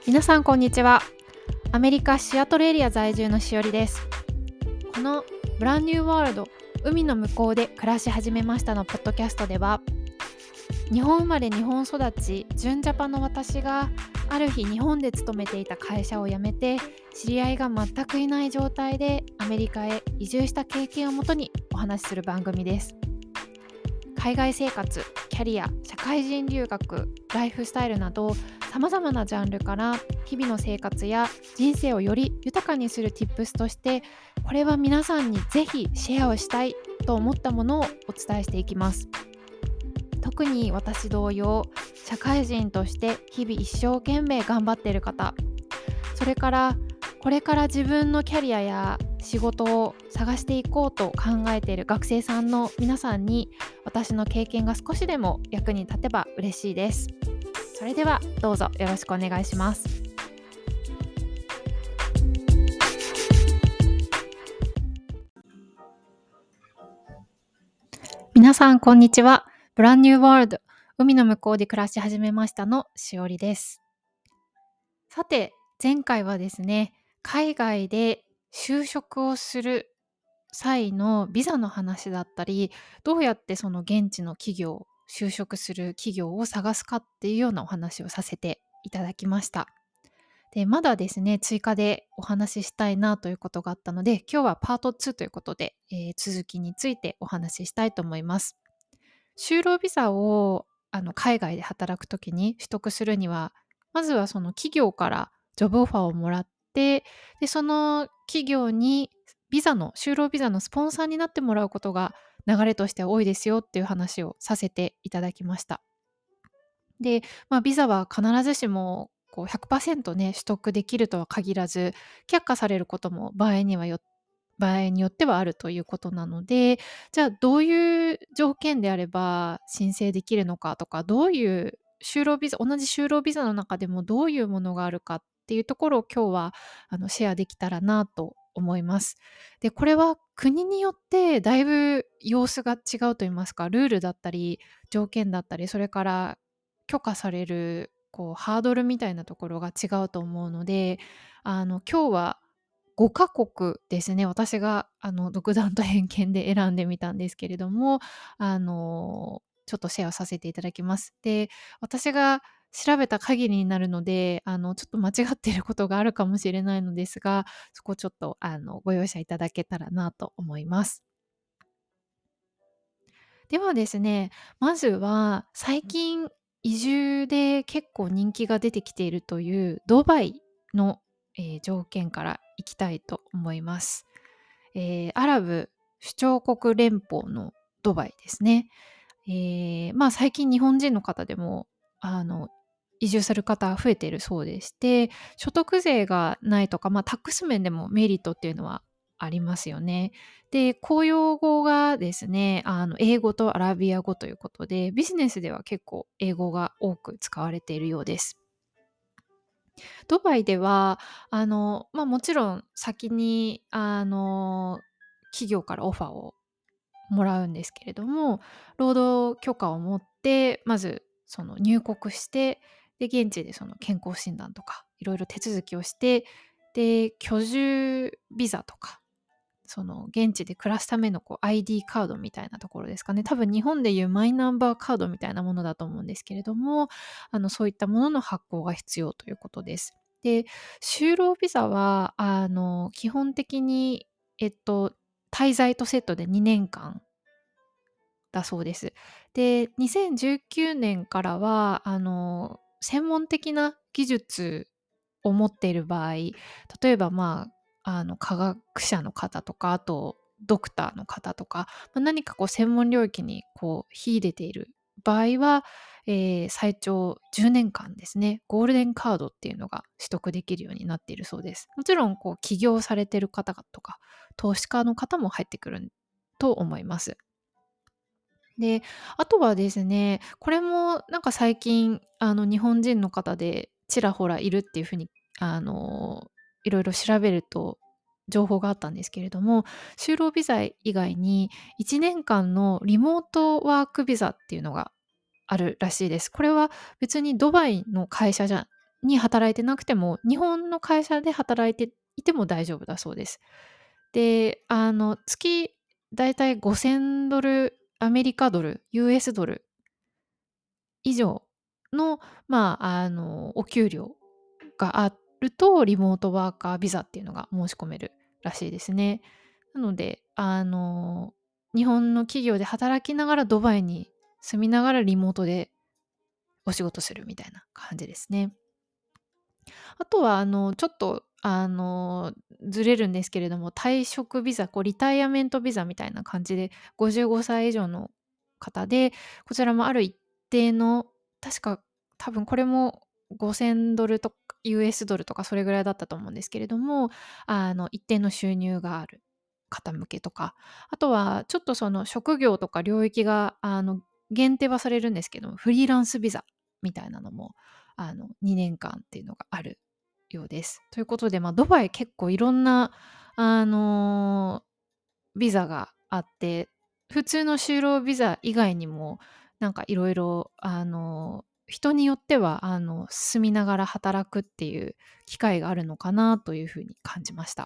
皆さんこんにちは。アメリカシアトルエリア在住のしおりです。このブランニューワールド、海の向こうで暮らし始めましたのポッドキャストでは、日本生まれ日本育ち純ジャパの私がある日日本で勤めていた会社を辞めて、知り合いが全くいない状態でアメリカへ移住した経験をもとにお話しする番組です。海外生活、キャリア、社会人留学、ライフスタイルなどさまざまなジャンルから日々の生活や人生をより豊かにする Tips として、これは皆さんにぜひシェアをしたいと思ったものをお伝えしていきます。特に私同様、社会人として日々一生懸命頑張っている方、それからこれから自分のキャリアや仕事を探していこうと考えている学生さんの皆さんに、私の経験が少しでも役に立てば嬉しいです。それではどうぞよろしくお願いします。皆さんこんにちは。ブランニューワールド、海の向こうで暮らし始めましたのしおりです。さて、前回はですね、海外で就職をする際のビザの話だったり、どうやってその現地の企業、就職する企業を探すかっていうようなお話をさせていただきました。で、まだですね、追加でお話ししたいなということがあったので、今日はパート2ということで、続きについてお話ししたいと思います。就労ビザを海外で働くときに取得するには、まずはその企業からジョブオファーをもらって、でその企業に就労ビザのスポンサーになってもらうことが流れとして多いですよっていう話をさせていただきました。で、ビザは必ずしもこう 100% ね、取得できるとは限らず、却下されることも場合によってはあるということなので、じゃあどういう条件であれば申請できるのかとか、どういう同じ就労ビザの中でもどういうものがあるかっていうところを今日はシェアできたらなと思います。で、これは国によってだいぶ様子が違うと言いますか、ルールだったり条件だったり、それから許可されるハードルみたいなところが違うと思うので、今日は5カ国ですね、私が独断と偏見で選んでみたんですけれども、ちょっとシェアさせていただきます。で、私が調べた限りになるので、ちょっと間違っていることがあるかもしれないのですが、そこちょっとご容赦いただけたらなと思います。ではですね、まずは最近移住で結構人気が出てきているというドバイの、条件からいきたいと思います。アラブ首長国連邦のドバイですね。最近日本人の方でも移住する方増えているそうでして、所得税がないとか、タックス面でもメリットっていうのはありますよね。で、公用語がですね、英語とアラビア語ということで、ビジネスでは結構英語が多く使われているようです。ドバイでは、もちろん先に、企業からオファーをもらうんですけれども、労働許可を持って、まずその入国して、で、現地でその健康診断とか、いろいろ手続きをして、で、居住ビザとか、その現地で暮らすためのID カードみたいなところですかね。多分日本でいうマイナンバーカードみたいなものだと思うんですけれども、そういったものの発行が必要ということです。で、就労ビザは、基本的に、滞在とセットで2年間だそうです。で、2019年からは、専門的な技術を持っている場合、例えば、科学者の方とか、あとドクターの方とか、何か専門領域に秀でている場合は、最長10年間ですね、ゴールデンカードっていうのが取得できるようになっているそうです。もちろん起業されている方とか、投資家の方も入ってくると思います。で、あとはですね、これもなんか最近日本人の方でちらほらいるっていう風にいろいろ調べると情報があったんですけれども、就労ビザ以外に1年間のリモートワークビザっていうのがあるらしいです。これは別にドバイの会社じゃに働いてなくても、日本の会社で働いていても大丈夫だそうです。で、月だいたい $5,000 アメリカドル、US ドル以上の、お給料があると、リモートワーカービザっていうのが申し込めるらしいですね。なので、日本の企業で働きながらドバイに住みながらリモートでお仕事するみたいな感じですね。あとは、ちょっと、ずれるんですけれども、退職ビザ、リタイアメントビザみたいな感じで、55歳以上の方で、こちらもある一定の、確か多分これも $5,000 とか US ドルとかそれぐらいだったと思うんですけれども、一定の収入がある方向けとか、あとはちょっとその職業とか領域が、限定はされるんですけども、フリーランスビザみたいなのも2年間っていうのがあるようです。ということで、ドバイ結構いろんな、あの、ビザがあって、普通の就労ビザ以外にも、なんかいろいろ、人によっては、住みながら働くっていう機会があるのかなというふうに感じました。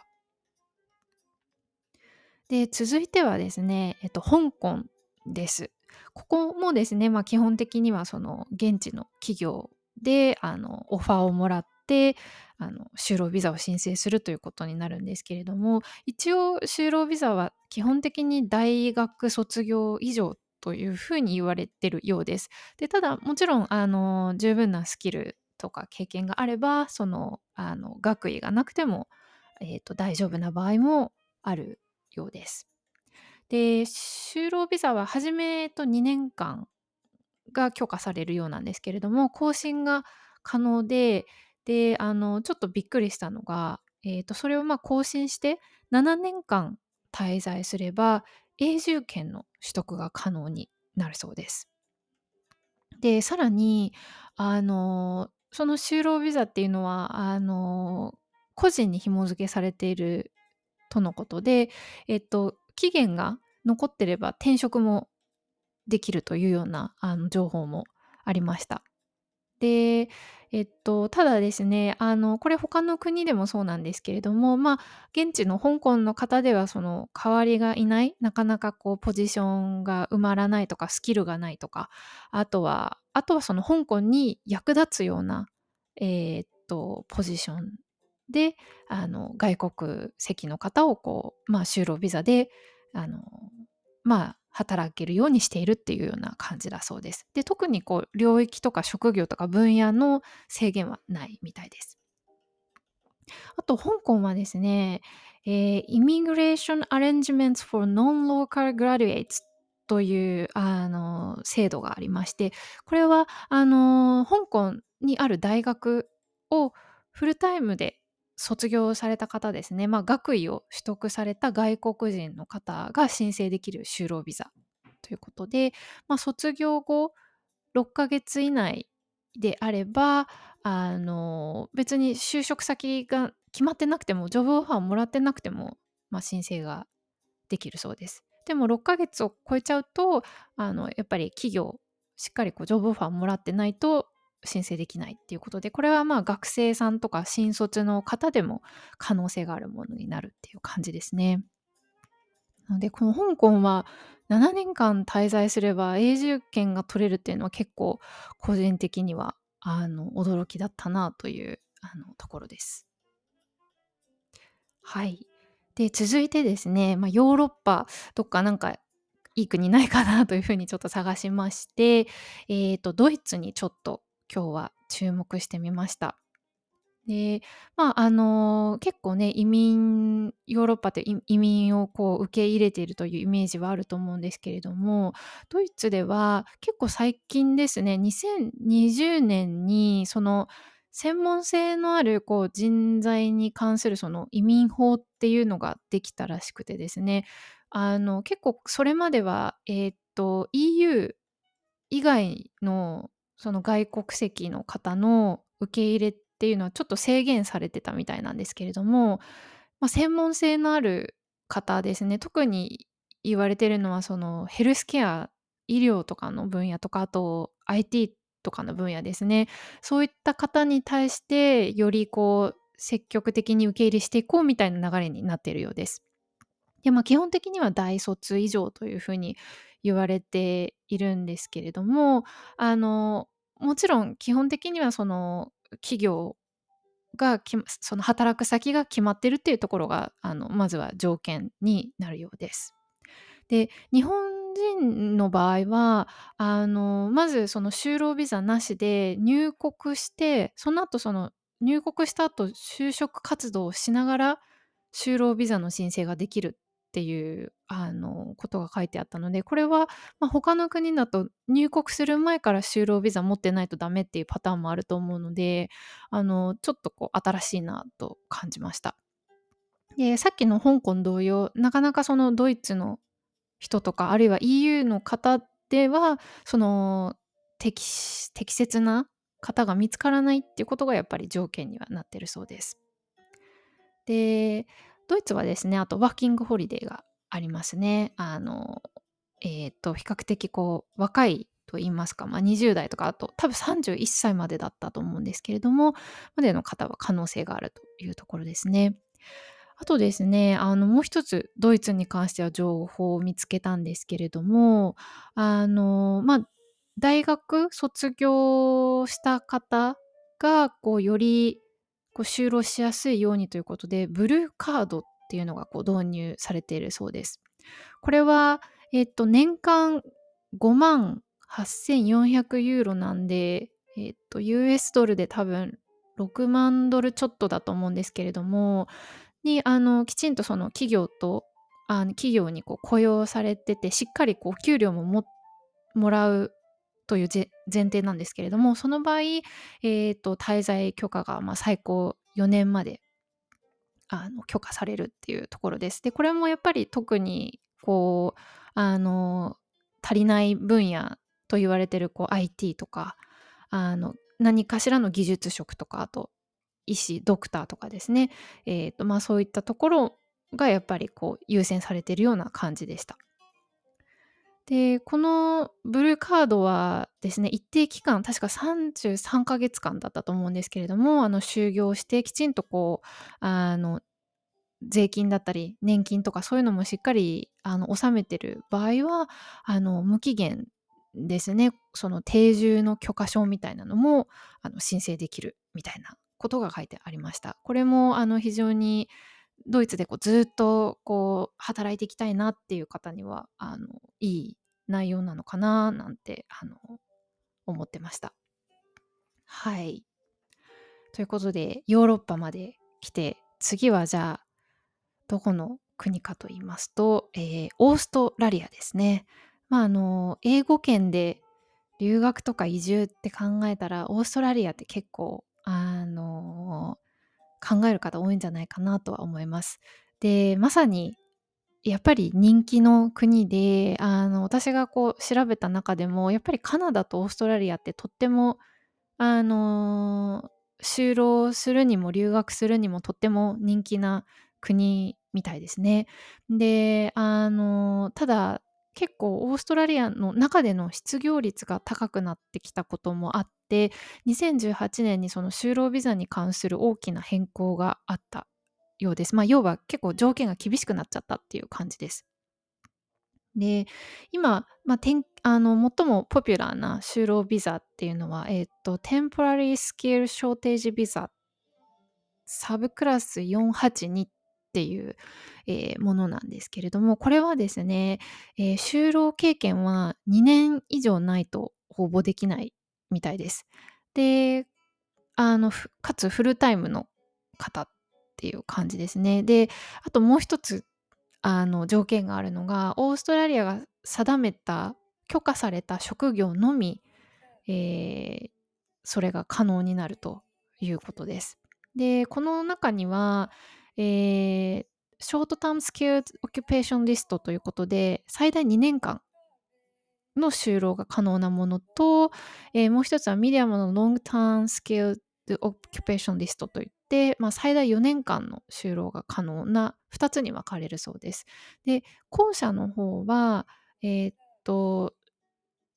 で、続いてはですね、香港です。ここもですね、基本的にはその現地の企業で、オファーをもらって、就労ビザを申請するということになるんですけれども、一応就労ビザは基本的に大学卒業以上というふうに言われてるようです。で、ただもちろん、十分なスキルとか経験があれば、学位がなくても、大丈夫な場合もあるようです。で、就労ビザは初め2年間が許可されるようなんですけれども、更新が可能で、ちょっとびっくりしたのが、それを更新して7年間滞在すれば、永住権の取得が可能になるそうです。で、さらに、その就労ビザっていうのは、個人に紐付けされているとのことで、期限が残ってれば転職もできるというような、情報もありました。で、ただですね、これ他の国でもそうなんですけれども、現地の香港の方ではその代わりがいない、なかなかポジションが埋まらないとか、スキルがないとか、あとはその香港に役立つような、ポジションで、外国籍の方を就労ビザで、あの、働けるようにしているっていうような感じだそうです。で、特に領域とか職業とか分野の制限はないみたいです。あと香港はですね、Immigration Arrangements for Non-Local Graduates という制度がありまして、これは香港にある大学をフルタイムで卒業された方ですね、学位を取得された外国人の方が申請できる就労ビザということで、卒業後6ヶ月以内であれば、別に就職先が決まってなくても、ジョブオファーをもらってなくても、申請ができるそうです。でも6ヶ月を超えちゃうと、やっぱり企業、しっかりジョブオファーをもらってないと申請できないっていうことで、これは学生さんとか新卒の方でも可能性があるものになるっていう感じですね。なので、この香港は7年間滞在すれば永住権が取れるっていうのは結構個人的には驚きだったなというところです。はい。で、続いてですね、ヨーロッパどっかなんかいい国ないかなというふうにちょっと探しまして、ドイツにちょっと今日は注目してみました。で、結構ね、ヨーロッパって移民を受け入れているというイメージはあると思うんですけれども、ドイツでは結構最近ですね、2020年にその専門性のある人材に関するその移民法っていうのができたらしくてですね、結構それまでは、EU 以外のその外国籍の方の受け入れっていうのはちょっと制限されてたみたいなんですけれども、専門性のある方ですね、特に言われてるのはそのヘルスケア、医療とかの分野とか、あと IT とかの分野ですね。そういった方に対して、よりこう積極的に受け入れしていこうみたいな流れになっているようです。で、基本的には大卒以上というふうに言われているんですけれども、もちろん基本的にはその企業がその働く先が決まってるっていうところが、まずは条件になるようです。で、日本人の場合は、まずその就労ビザなしで入国して、その後その入国した後、就職活動をしながら、就労ビザの申請ができるっていう、ことが書いてあったので、これは、他の国だと入国する前から就労ビザ持ってないとダメっていうパターンもあると思うので、ちょっとこう新しいなと感じました。で、さっきの香港同様、なかなかそのドイツの人とか、あるいは EU の方では、その、適切な方が見つからないっていうことがやっぱり条件にはなってるそうです。で、ドイツはですね、あとワーキングホリデーがありますね。比較的こう若いと言いますか、20代とか、あと多分31歳までだったと思うんですけれども、までの方は可能性があるというところですね。あとですね、もう一つドイツに関しては情報を見つけたんですけれども、大学卒業した方が、こう、より、こう、就労しやすいようにということで、ブルーカードっていうのが、こう、導入されているそうです。これは、年間58,400ユーロなんで、US ドルで多分6万ドルちょっとだと思うんですけれども、きちんとその企業にこう雇用されてて、しっかりこう給料もらうという前提なんですけれども、その場合、滞在許可が最高4年まで許可されるっていうところです。で、これもやっぱり特にこう、足りない分野と言われてるこう IT とか、何かしらの技術職とか、あと医師、ドクターとかですね。そういったところがやっぱりこう優先されているような感じでした。で、このブルーカードはですね、一定期間、確か33ヶ月間だったと思うんですけれども、就業してきちんとこう、税金だったり、年金とかそういうのもしっかり、納めてる場合は、無期限ですね、その定住の許可証みたいなのも、申請できるみたいなことが書いてありました。これも、非常にドイツでこうずっとこう働いていきたいなっていう方には、いい内容なのかななんて、思ってました。はい。ということで、ヨーロッパまで来て、次はじゃあどこの国かと言いますと、オーストラリアですね。英語圏で留学とか移住って考えたら、オーストラリアって結構、考える方多いんじゃないかなとは思います。で、まさにやっぱり人気の国で、私がこう調べた中でも、やっぱりカナダとオーストラリアってとっても、あの、就労するにも留学するにもとっても人気な国みたいですね。で、ただ、結構オーストラリアの中での失業率が高くなってきたこともあって、2018年にその就労ビザに関する大きな変更があったようです。要は結構条件が厳しくなっちゃったっていう感じです。で、今、最もポピュラーな就労ビザっていうのは、Temporary Skill Shortage Visa サブクラス482っていう、ものなんですけれども、これはですね、就労経験は2年以上ないと応募できないみたいです。で、かつフルタイムの方っていう感じですね。で、あともう一つ、条件があるのが、オーストラリアが定めた、許可された職業のみ、えーそれが可能になるということです。で、この中には、ショートタームスキルオキュペーションリストということで、最大2年間の就労が可能なものと、もう一つはミディアムのロングターンスキルオキュペーションリストといって、最大4年間の就労が可能な2つに分かれるそうです。で、後者の方は、えーっと、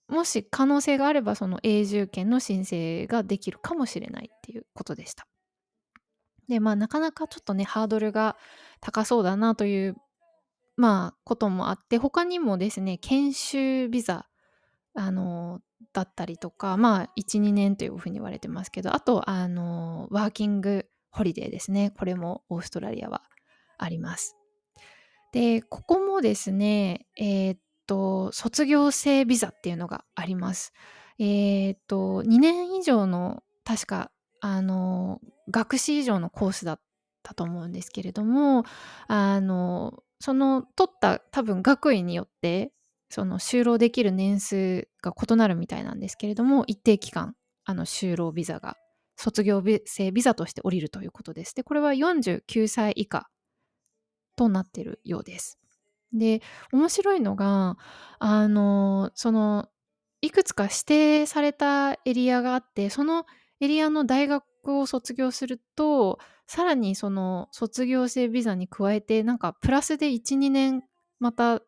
もし可能性があれば、その永住権の申請ができるかもしれないっていうことでした。で、なかなかちょっとね、ハードルが高そうだなという、こともあって、他にもですね、研修ビザ、あの、だったりとか、1、2年というふうに言われてますけど、あと、ワーキングホリデーですね。これもオーストラリアはあります。で、ここもですね、卒業生ビザっていうのがあります。2年以上の確か、学士以上のコースだったと思うんですけれども、その取った多分学位によって、その就労できる年数が異なるみたいなんですけれども、一定期間、就労ビザが卒業生ビザとして降りるということです。で、これは49歳以下となっているようです。で、面白いのが、いくつか指定されたエリアがあって、そのエリアの大学を卒業すると、さらにその卒業生ビザに加えて、なんかプラスで1、2年また、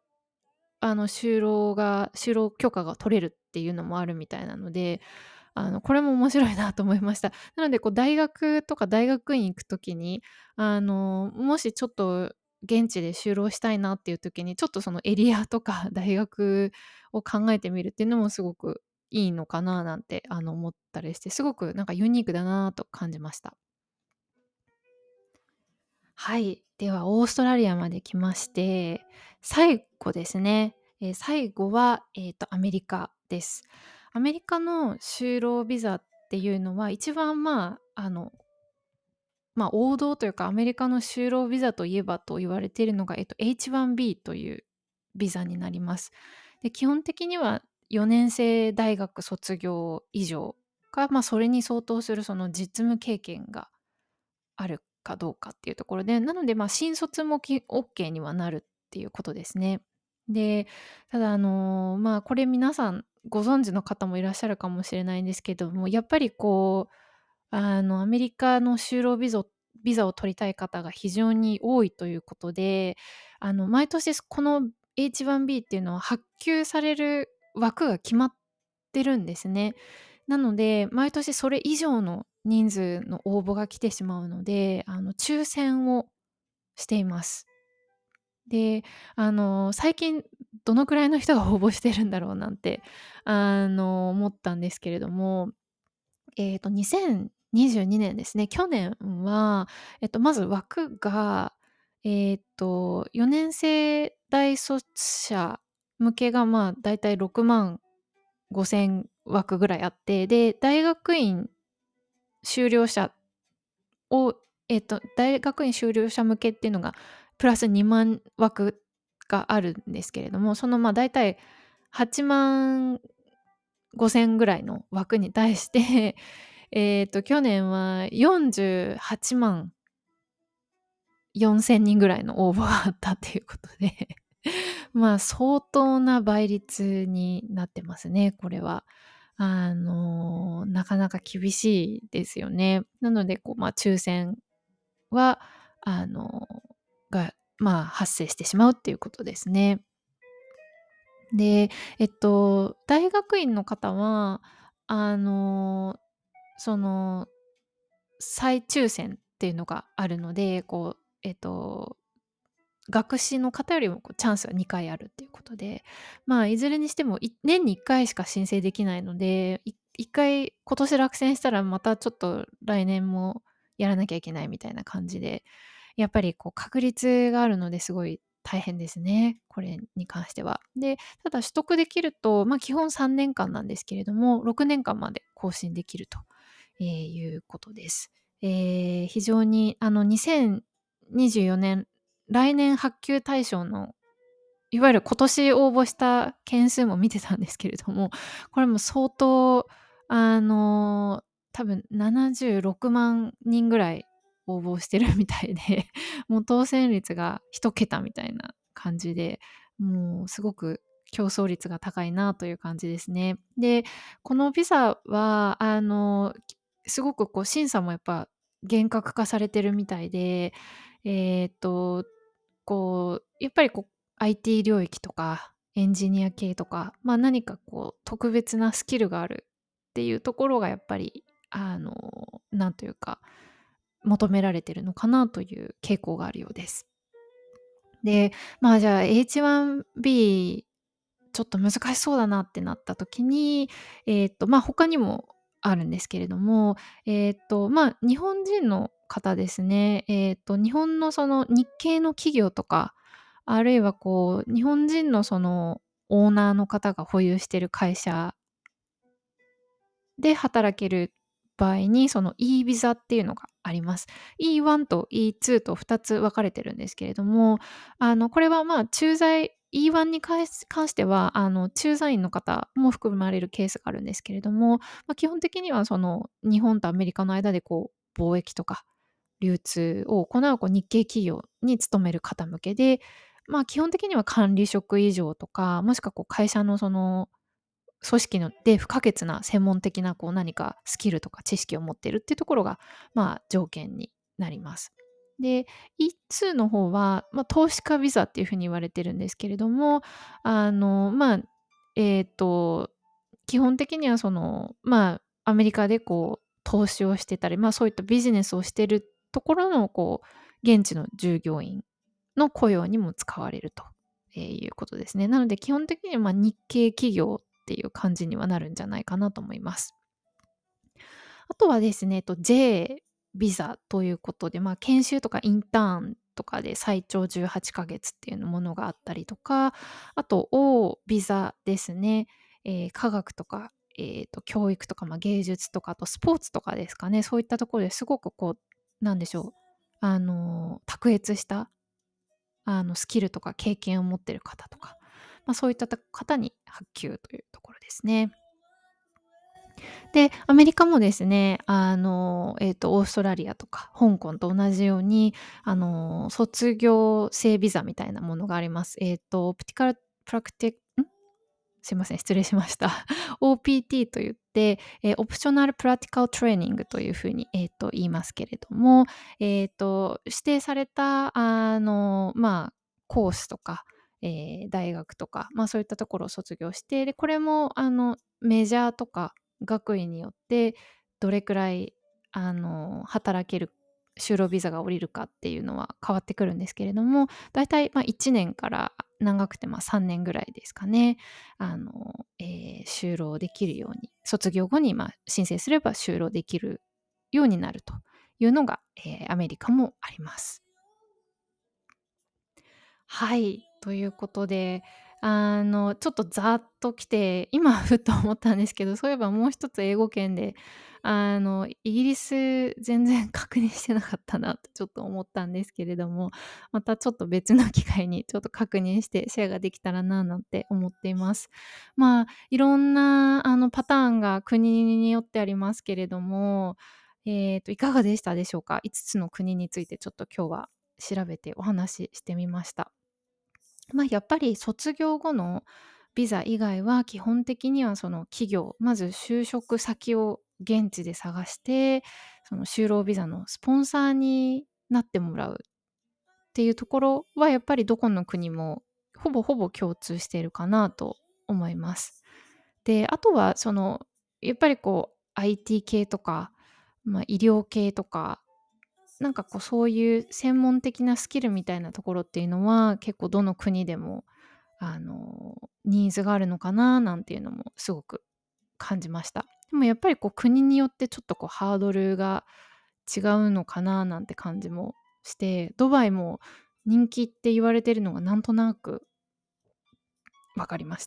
就労許可が取れるっていうのもあるみたいなので、これも面白いなと思いました。なので、こう大学とか大学院行く時に、もしちょっと現地で就労したいなっていう時に、ちょっとそのエリアとか大学を考えてみるっていうのもすごくいいのかななんて、思ったりして、すごくなんかユニークだなと感じました。はい。では、オーストラリアまで来まして、最後ですね。最後は、アメリカです。アメリカの就労ビザっていうのは、一番王道というか、アメリカの就労ビザといえばと言われているのが、H1B というビザになります。で、基本的には4年制大学卒業以上か、それに相当するその実務経験があるかどうかっていうところで、なので、新卒もオッケーにはなるっていうことですね。で、ただこれ皆さんご存知の方もいらっしゃるかもしれないんですけども、やっぱりこう、アメリカの就労ビザを取りたい方が非常に多いということで、毎年この H1B っていうのは発給される枠が決まってるんですね。なので、毎年それ以上の人数の応募が来てしまうので、抽選をしています。で、最近どのくらいの人が応募してるんだろうなんて、思ったんですけれども、2022年ですね、去年は、まず枠が、4年制大卒者向けが、だいたい6万5,000枠ぐらいあって、で、大学院修了者を、大学院修了者向けっていうのがプラス2万枠があるんですけれども、その、だいたい8万5,000ぐらいの枠に対して、去年は48万4,000人ぐらいの応募があったっていうことで、相当な倍率になってますね、これは。なかなか厳しいですよね。なので、抽選は、あの、発生してしまうっていうことですね。で、大学院の方は、あの、その、再抽選っていうのがあるので、学士の方よりもチャンスが2回あるっていうことで、いずれにしても年に1回しか申請できないので、1回今年落選したらまたちょっと来年もやらなきゃいけないみたいな感じで、やっぱり確率があるのですごい大変ですね、これに関しては。で、ただ取得できると、基本3年間なんですけれども、6年間まで更新できると、いうことです。非常に2024年来年発給対象の、いわゆる今年応募した件数も見てたんですけれども、これも相当、多分76万人ぐらい応募してるみたいで、もう当選率が1桁みたいな感じで、もうすごく競争率が高いなという感じですね。で、このビザは、すごく審査もやっぱ厳格化されてるみたいで、やっぱりIT 領域とか、 エンジニア系とか、何かこう特別なスキルがあるっていうところがやっぱり、なんというか、求められてるのかなという傾向があるようです。で、じゃあ H1B ちょっと難しそうだなってなった時に、他にもあるんですけれども、日本人の方ですね、日本のその日系の企業とか、あるいはこう日本人のそのオーナーの方が保有している会社で働ける場合に、その E ビザっていうのがあります。E1 と E2 と2つ分かれてるんですけれども、これは駐在 E1 に関しては、駐在員の方も含まれるケースがあるんですけれども、基本的にはその日本とアメリカの間でこう貿易とか流通を行う日系企業に勤める方向けで、基本的には管理職以上とか、もしくはこう会社のその組織ので不可欠な専門的なこう何かスキルとか知識を持っているっていうところが、条件になります。で、E2 の方は、投資家ビザっていうふうに言われてるんですけれども、あの、まあ、えっと、基本的にはその、アメリカでこう投資をしてたり、そういったビジネスをしてるところのこう現地の従業員の雇用にも使われると、いうことですね。なので基本的には日系企業っていう感じにはなるんじゃないかなと思います。あとはですね、J ビザということで、研修とかインターンとかで最長18ヶ月っていうものがあったりとか、あと O ビザですね、科学とか、教育とか、芸術とか、あとスポーツとかですかね、そういったところですごくこう、なんでしょう、卓越したスキルとか経験を持っている方とか、そういった方に発給というところですね。で、アメリカもですね、オーストラリアとか香港と同じように、卒業生ビザみたいなものがあります。プティカルプラクテすいません、失礼しました。OPT と言って、オプショナルプラクティカルトレーニングというふうに、言いますけれども、指定された、コースとか、大学とか、そういったところを卒業して、で、これも、メジャーとか学位によって、どれくらい、働ける就労ビザが下りるかっていうのは変わってくるんですけれども、だいたい、1年から長くて、3年ぐらいですかね。就労できるように、卒業後に、申請すれば就労できるようになるというのが、アメリカもあります。はい。ということで、ちょっとざっと来て、今ふと思ったんですけど、そういえばもう一つ英語圏で、イギリス全然確認してなかったなってちょっと思ったんですけれども、またちょっと別の機会にちょっと確認してシェアができたらななんて思っています。いろんなパターンが国によってありますけれども、いかがでしたでしょうか？5つの国についてちょっと今日は調べてお話ししてみました。やっぱり卒業後のビザ以外は基本的にはその企業、まず就職先を現地で探して、その就労ビザのスポンサーになってもらうっていうところはやっぱりどこの国もほぼほぼ共通しているかなと思います。で、あとはそのやっぱりこう IT 系とか、医療系とかなんかこうそういう専門的なスキルみたいなところっていうのは結構どの国でもニーズがあるのかななんていうのもすごく感じました。でもやっぱりこう国によってちょっとこうハードルが違うのかななんて感じもして、ドバイも人気って言われてるのがなんとなく分かりました。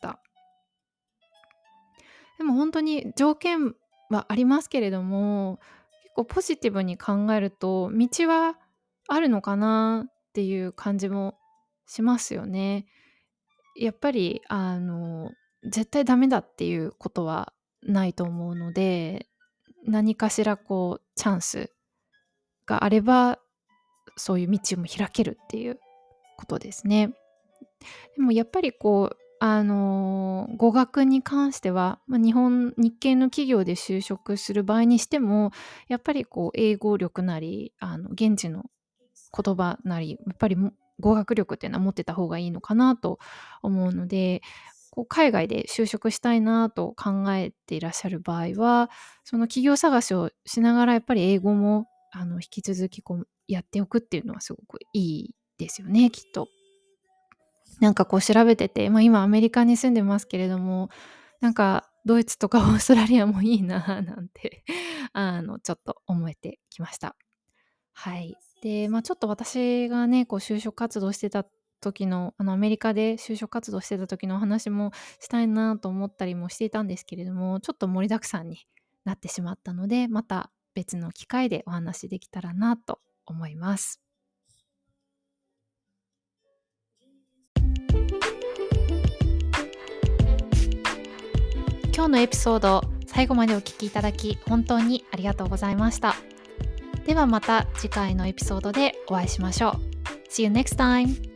でも本当に条件はありますけれども、結構ポジティブに考えると、道はあるのかなっていう感じもしますよね。やっぱり絶対ダメだっていうことはないと思うので、何かしらこうチャンスがあれば、そういう道も開けるっていうことですね。でもやっぱりこう、語学に関しては、日系の企業で就職する場合にしても、やっぱりこう英語力なり、現地の言葉なり、やっぱり語学力っていうのは持ってた方がいいのかなと思うので、海外で就職したいなと考えていらっしゃる場合は、その企業探しをしながらやっぱり英語も引き続きやっておくっていうのはすごくいいですよね、きっと。なんか調べてて、今アメリカに住んでますけれども、なんかドイツとかオーストラリアもいいななんてちょっと思えてきました。はい。で、ちょっと私がね、就職活動してた時の、アメリカで就職活動してた時のお話もしたいなと思ったりもしていたんですけれども、ちょっと盛りだくさんになってしまったので、また別の機会でお話できたらなと思います。今日のエピソード、最後までお聞きいただき本当にありがとうございました。ではまた次回のエピソードでお会いしましょう。See you next time!